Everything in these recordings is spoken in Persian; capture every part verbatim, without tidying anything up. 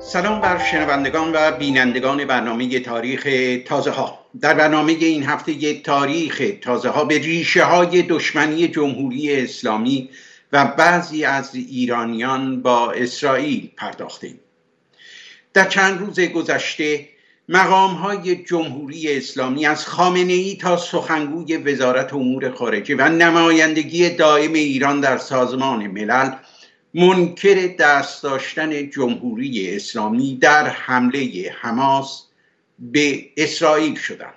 سلام بر شنوندگان و بینندگان برنامه تاریخ تازه ها. در برنامه این هفته تاریخ تازه ها به ریشه های دشمنی جمهوری اسلامی و بعضی از ایرانیان با اسرائیل پرداختیم. در چند روز گذشته مقام های جمهوری اسلامی از خامنه‌ای تا سخنگوی وزارت امور خارجه و نمایندگی دائم ایران در سازمان ملل منکر دست داشتن جمهوری اسلامی در حمله حماس به اسرائیل شدند.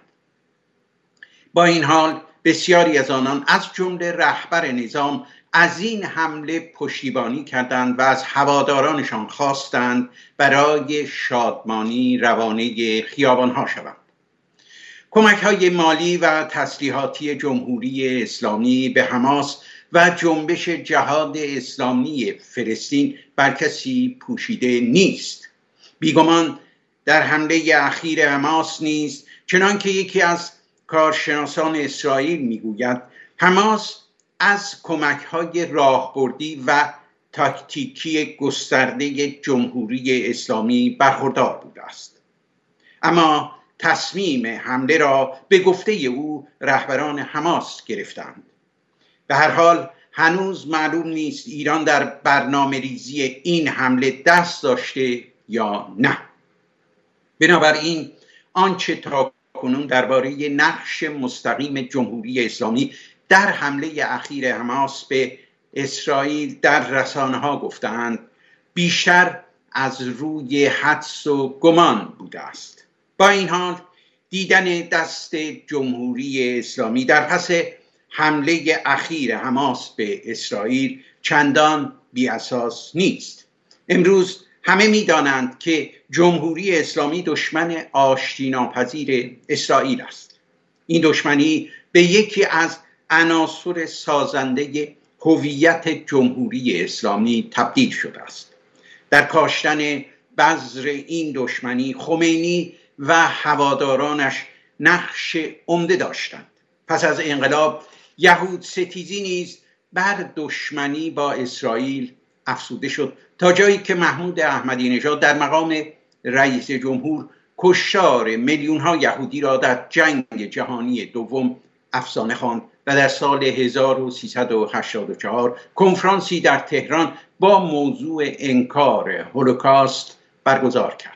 با این حال بسیاری از آنان از جمله رهبر نظام از این حمله پشتیبانی کردند و از هوادارانشان خواستند برای شادمانی روانه خیابان‌ها شوند. کمک‌های مالی و تسلیحاتی جمهوری اسلامی به حماس و جنبش جهاد اسلامی فلسطین بر کسی پوشیده نیست. بیگمان در حمله اخیر حماس نیز چنان که یکی از کارشناسان اسرائیل میگوید، حماس از کمک‌های راهبردی و تاکتیکی گسترده جمهوری اسلامی برخوردار بوده است. اما تصمیم حمله را به گفته او رهبران حماس گرفتند. به هر حال هنوز معلوم نیست ایران در برنامه ریزی این حمله دست داشته یا نه. بنابراین آنچه تا کنون درباره نقش مستقیم جمهوری اسلامی در حمله اخیر حماس به اسرائیل در رسانه‌ها گفتند بیشتر از روی حدس و گمان بوده است. با این حال دیدن دست جمهوری اسلامی در پس حمله اخیر حماس به اسرائیل چندان بی اساس نیست. امروز همه می دانند که جمهوری اسلامی دشمن آشتی ناپذیر اسرائیل است. این دشمنی به یکی از عناصر سازنده هویت جمهوری اسلامی تبدیل شده است. در کاشتن بذر این دشمنی خمینی و هوادارانش نقش عمده داشتند. پس از انقلاب یهود ستیزی نیز بر دشمنی با اسرائیل افزوده شد تا جایی که محمود احمدی نژاد در مقام رئیس جمهور کشتار میلیون ها یهودی را در جنگ جهانی دوم افسانه خواند و در سال هزار و سیصد و هشتاد و چهار کنفرانسی در تهران با موضوع انکار هولوکاست برگزار کرد.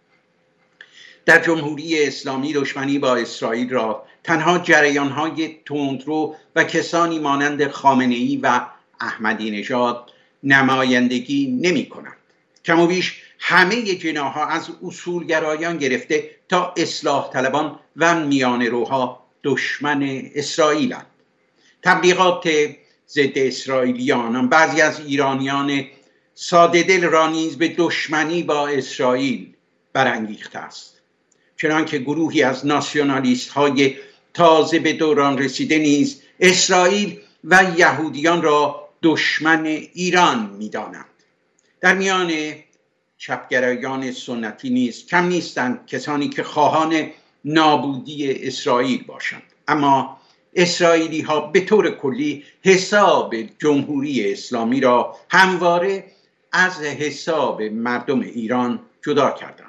در جمهوری اسلامی دشمنی با اسرائیل را تنها جریان‌های تندرو و کسانی مانند خامنه‌ای و احمدی نژاد نمایندگی نمی‌کنند. کم و بیش همه جناح‌ها از اصولگرایان گرفته تا اصلاح طلبان و میانه‌روها دشمن اسرائیلند. تبلیغات ضد اسرائیلیان بعضی از ایرانیان ساده دل را نیز به دشمنی با اسرائیل برانگیخته است. چنانکه گروهی از ناسیونالیست های تازه به دوران رسیده نیز اسرائیل و یهودیان را دشمن ایران می دانند. در میان چپگرایان سنتی نیز کم نیستند کسانی که خواهان نابودی اسرائیل باشند. اما اسرائیلی ها به طور کلی حساب جمهوری اسلامی را همواره از حساب مردم ایران جدا کردند.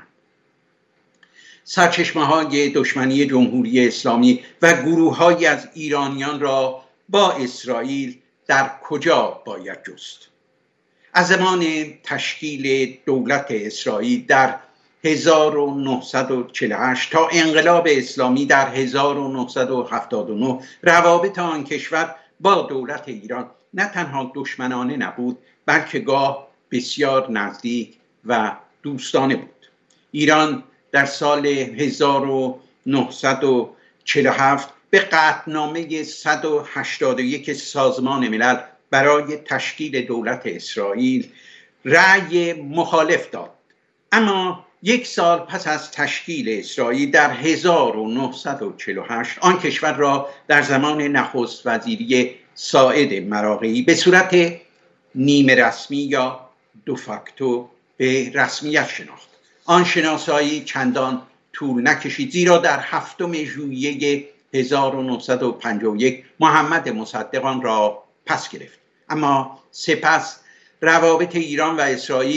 سرچشمه های دشمنی جمهوری اسلامی و گروه های از ایرانیان را با اسرائیل در کجا باید جست؟ از زمان تشکیل دولت اسرائیل در هزار و نهصد و چهل و هشت تا انقلاب اسلامی در هزار و نهصد و هفتاد و نه روابط آن کشور با دولت ایران نه تنها دشمنانه نبود بلکه گاه بسیار نزدیک و دوستانه بود. ایران در سال هزار و نهصد و چهل و هفت به قطعنامه صد و هشتاد و یک سازمان ملل برای تشکیل دولت اسرائیل رأی مخالف داد. اما یک سال پس از تشکیل اسرائیل در هزار و نهصد و چهل و هشت آن کشور را در زمان نخست وزیری ساعد مراغه‌ای به صورت نیمه رسمی یا دوفاکتو به رسمیت شناخت. آن شناسایی چندان طول نکشید زیرا در هفتم ژوئیه هزار و نهصد و پنجاه و یک محمد مصدق آن را پس گرفت. اما سپس روابط ایران و اسرائیل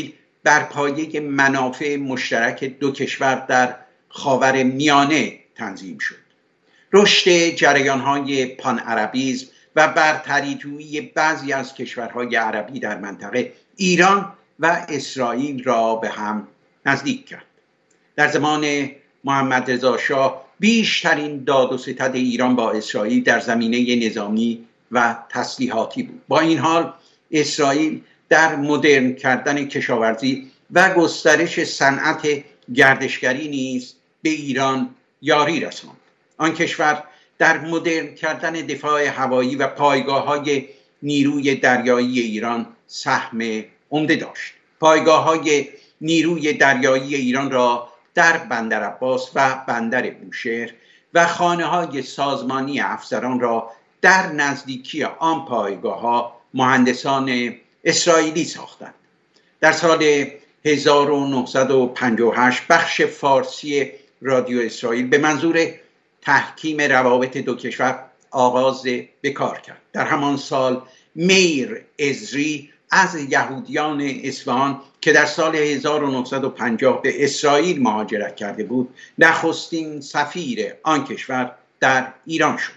بر پایه منافع مشترک دو کشور در خاور میانه تنظیم شد. رشد جریان‌های پان عربیسم و برتری‌جویی بعضی از کشورهای عربی در منطقه ایران و اسرائیل را به هم نزدیک کرد. در زمان محمد رضا شاه بیشترین داد و ستد ایران با اسرائیل در زمینه نظامی و تسلیحاتی بود. با این حال اسرائیل در مدرن کردن کشاورزی و گسترش صنعت گردشگری نیز به ایران یاری رساند. آن کشور در مدرن کردن دفاع هوایی و پایگاه‌های نیروی دریایی ایران سهم عمده داشت. پایگاه‌های نیروی دریایی ایران را در بندر عباس و بندر بوشهر و خانه‌های سازمانی افسران را در نزدیکی آن پایگاه‌ها مهندسان اسرائیلی ساختند. در سال هزار و نهصد و پنجاه و هشت بخش فارسی رادیو اسرائیل به منظور تحکیم روابط دو کشور آغاز به کار کرد. در همان سال میر ازری از یهودیان اصفهان که در سال هزار و نهصد و پنجاه به اسرائیل مهاجرت کرده بود، نخستین سفیر آن کشور در ایران شد.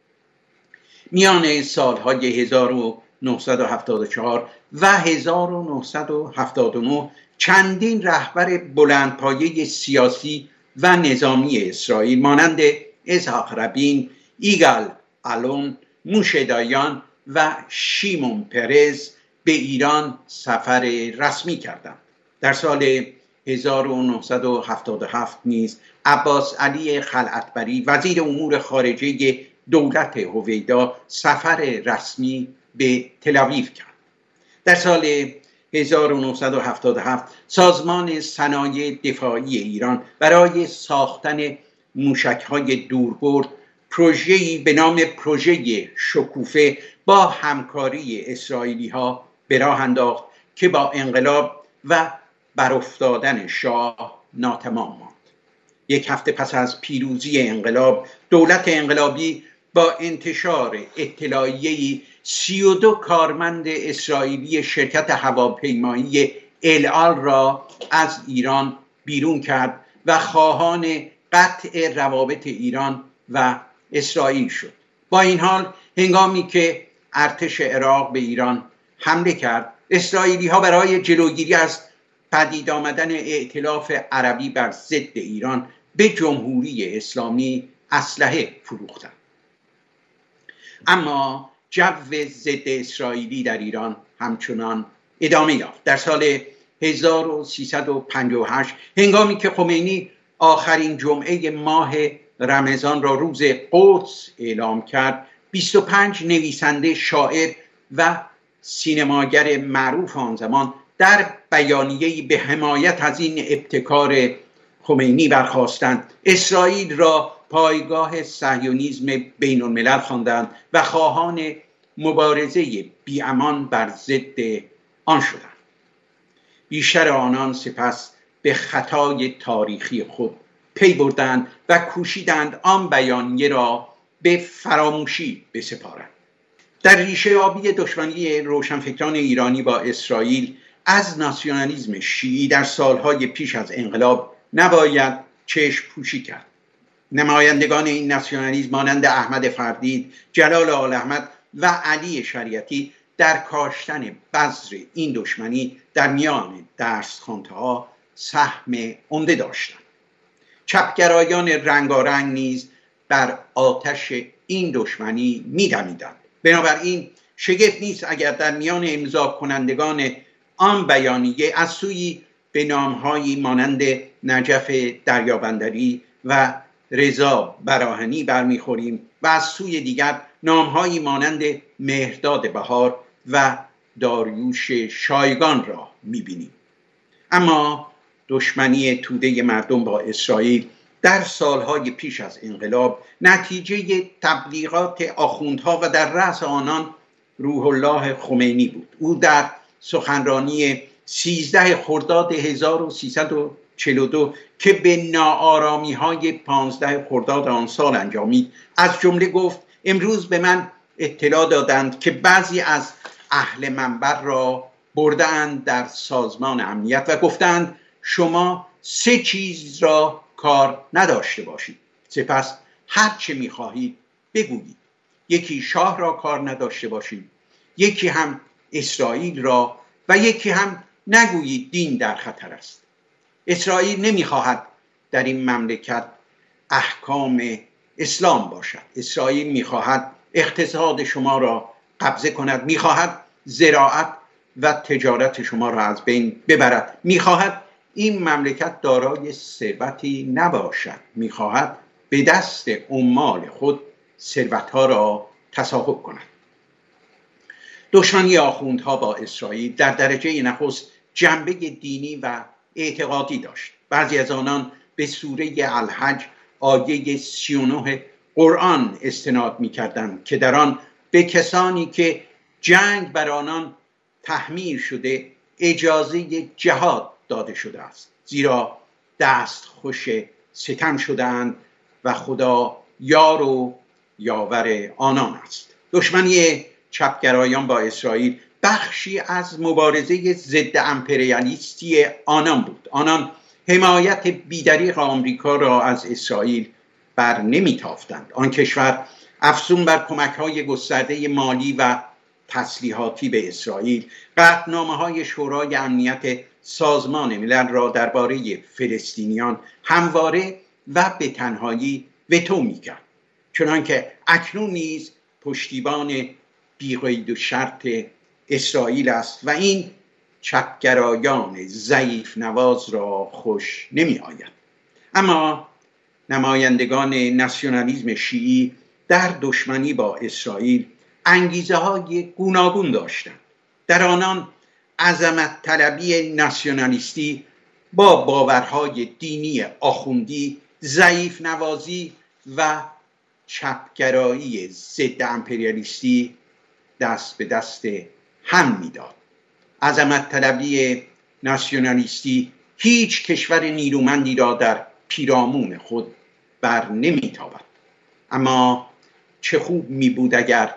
میان سالهای هزار و نهصد و هفتاد و چهار و هزار و نهصد و هفتاد و نه چندین رهبر بلندپایه سیاسی و نظامی اسرائیل مانند اسحاق رابین، یگال آلون، موشه دایان و شیمون پرز به ایران سفر رسمی کردند. در سال هزار و نهصد و هفتاد و هفت نیز عباس علی خلعتبری وزیر امور خارجه دولت هویدا سفر رسمی به تل‌آویو کرد. در سال هزار و نهصد و هفتاد و هفت سازمان صنایع دفاعی ایران برای ساختن موشک‌های دوربرد پروژه‌ای به نام پروژه شکوفه با همکاری اسرائیلی‌ها به راه انداخت که با انقلاب و برافتادن شاه ناتمام ماند. یک هفته پس از پیروزی انقلاب، دولت انقلابی با انتشار اطلاعیه‌ای سی و دو کارمند اسرائیلی شرکت هواپیمایی ال آل را از ایران بیرون کرد و خواهان قطع روابط ایران و اسرائیل شد. با این حال هنگامی که ارتش عراق به ایران حمله کرد، اسرائیلی ها برای جلوگیری از پدید آمدن ائتلاف عربی بر ضد ایران به جمهوری اسلامی اسلحه فروختند. اما جو ضد اسرائیلی در ایران همچنان ادامه یافت. در سال هزار و سیصد و پنجاه و هشت هنگامی که خمینی آخرین جمعه ماه رمضان را روز قدس اعلام کرد، بیست و پنج نویسنده، شاعر و سینماگر معروف آن زمان در بیانیه‌ای به حمایت از این ابتکار خمینی برخاستند. اسرائیل را پایگاه صهیونیسم بین الملل خواندند و خواهان مبارزه بی‌امان بر ضد آن شدند. بیشتر آنان سپس به خطای تاریخی خود پی بردند و کوشیدند آن بیانیه را به فراموشی بسپارند. در ریشه آبی دشمنی روشنفکران ایرانی با اسرائیل از ناسیونالیسم شیعی در سالهای پیش از انقلاب نباید چشم پوشی کرد. نمایندگان این ناسیونالیسم مانند احمد فردید، جلال آل احمد و علی شریعتی در کاشتن بذر این دشمنی در میان دستخوان‌ها سهم عمده داشتند. چپگرایان رنگارنگ نیز بر آتش این دشمنی می‌دمیدند. بنابراین شگفت نیست اگر در میان امضا کنندگان آن بیانیه از سوی به نام‌هایی مانند نجف دریابندری و رضا براهنی برمیخوریم و از سوی دیگر نام‌هایی مانند مهرداد بهار و داریوش شایگان را می‌بینیم. اما دشمنی توده مردم با اسرائیل در سالهای پیش از انقلاب نتیجه تبلیغات آخوندها و در رأس آنان روح الله خمینی بود. او در سخنرانی سیزده خرداد هزار و سیصد و چهل و دو که به ناآرامی های پانزده خرداد آن سال انجامید، از جمله گفت: امروز به من اطلاع دادند که بعضی از اهل منبر را بردند در سازمان امنیت و گفتند شما سه چیز را کار نداشته باشید، سپس هر چه میخواهید بگویید. یکی شاه را کار نداشته باشید، یکی هم اسرائیل را و یکی هم نگویید دین در خطر است. اسرائیل نمیخواهد در این مملکت احکام اسلام باشد. اسرائیل میخواهد اقتصاد شما را قبضه کند، میخواهد زراعت و تجارت شما را از بین ببرد، میخواهد این مملکت دارای ثروتی نباشد، میخواهد به دست عمال خود ثروتها را تصاحب کند. دشمنی آخوندها با اسرائیل در درجه نخست جنبه دینی و اعتقادی داشت. بعضی از آنان به سوره الحج آیه سی و نه قرآن استناد می‌کردند که در آن به کسانی که جنگ بر آنان تحمیل شده اجازه جهاد داده شده است، زیرا دست خوش ستم شدند و خدا یار و یاور آنان است. دشمنی چپگرایان با اسرائیل بخشی از مبارزه ضد امپریالیستی آنان بود. آنان حمایت بیدریغ آمریکا را از اسرائیل بر نمیتافتند. آن کشور افزون بر کمک‌های گسترده مالی و تسلیحاتی به اسرائیل، قطعنامه‌های شورای امنیت سازمان ملل را درباره فلسطینیان همواره و به تنهایی وتو می‌کرد، چنانکه اکنون نیز پشتیبان بی‌قید و شرط اسرائیل است و این چپگرایان ضعیف نواز را خوش نمی آید. اما نمایندگان ناسیونالیسم شیعی در دشمنی با اسرائیل انگیزه های گوناگون داشتند. در آنان عظمت طلبی ناسیونالیستی با باورهای دینی آخوندی، ضعیف نوازی و چپگرایی ضد امپریالیستی دست به دست هم میداد. عظمت طلبی ناسیونالیستی هیچ کشور نیرومندی را در پیرامون خود بر نمیتابد. اما چه خوب می بود اگر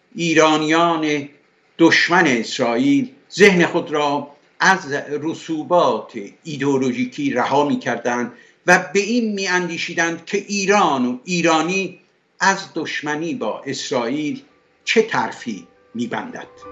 ایرانیان دشمن اسرائیل ذهن خود را از رسوبات ایدئولوژیکی رها می کردند و به این می اندیشیدند که ایران و ایرانی از دشمنی با اسرائیل چه طرفی می بندد.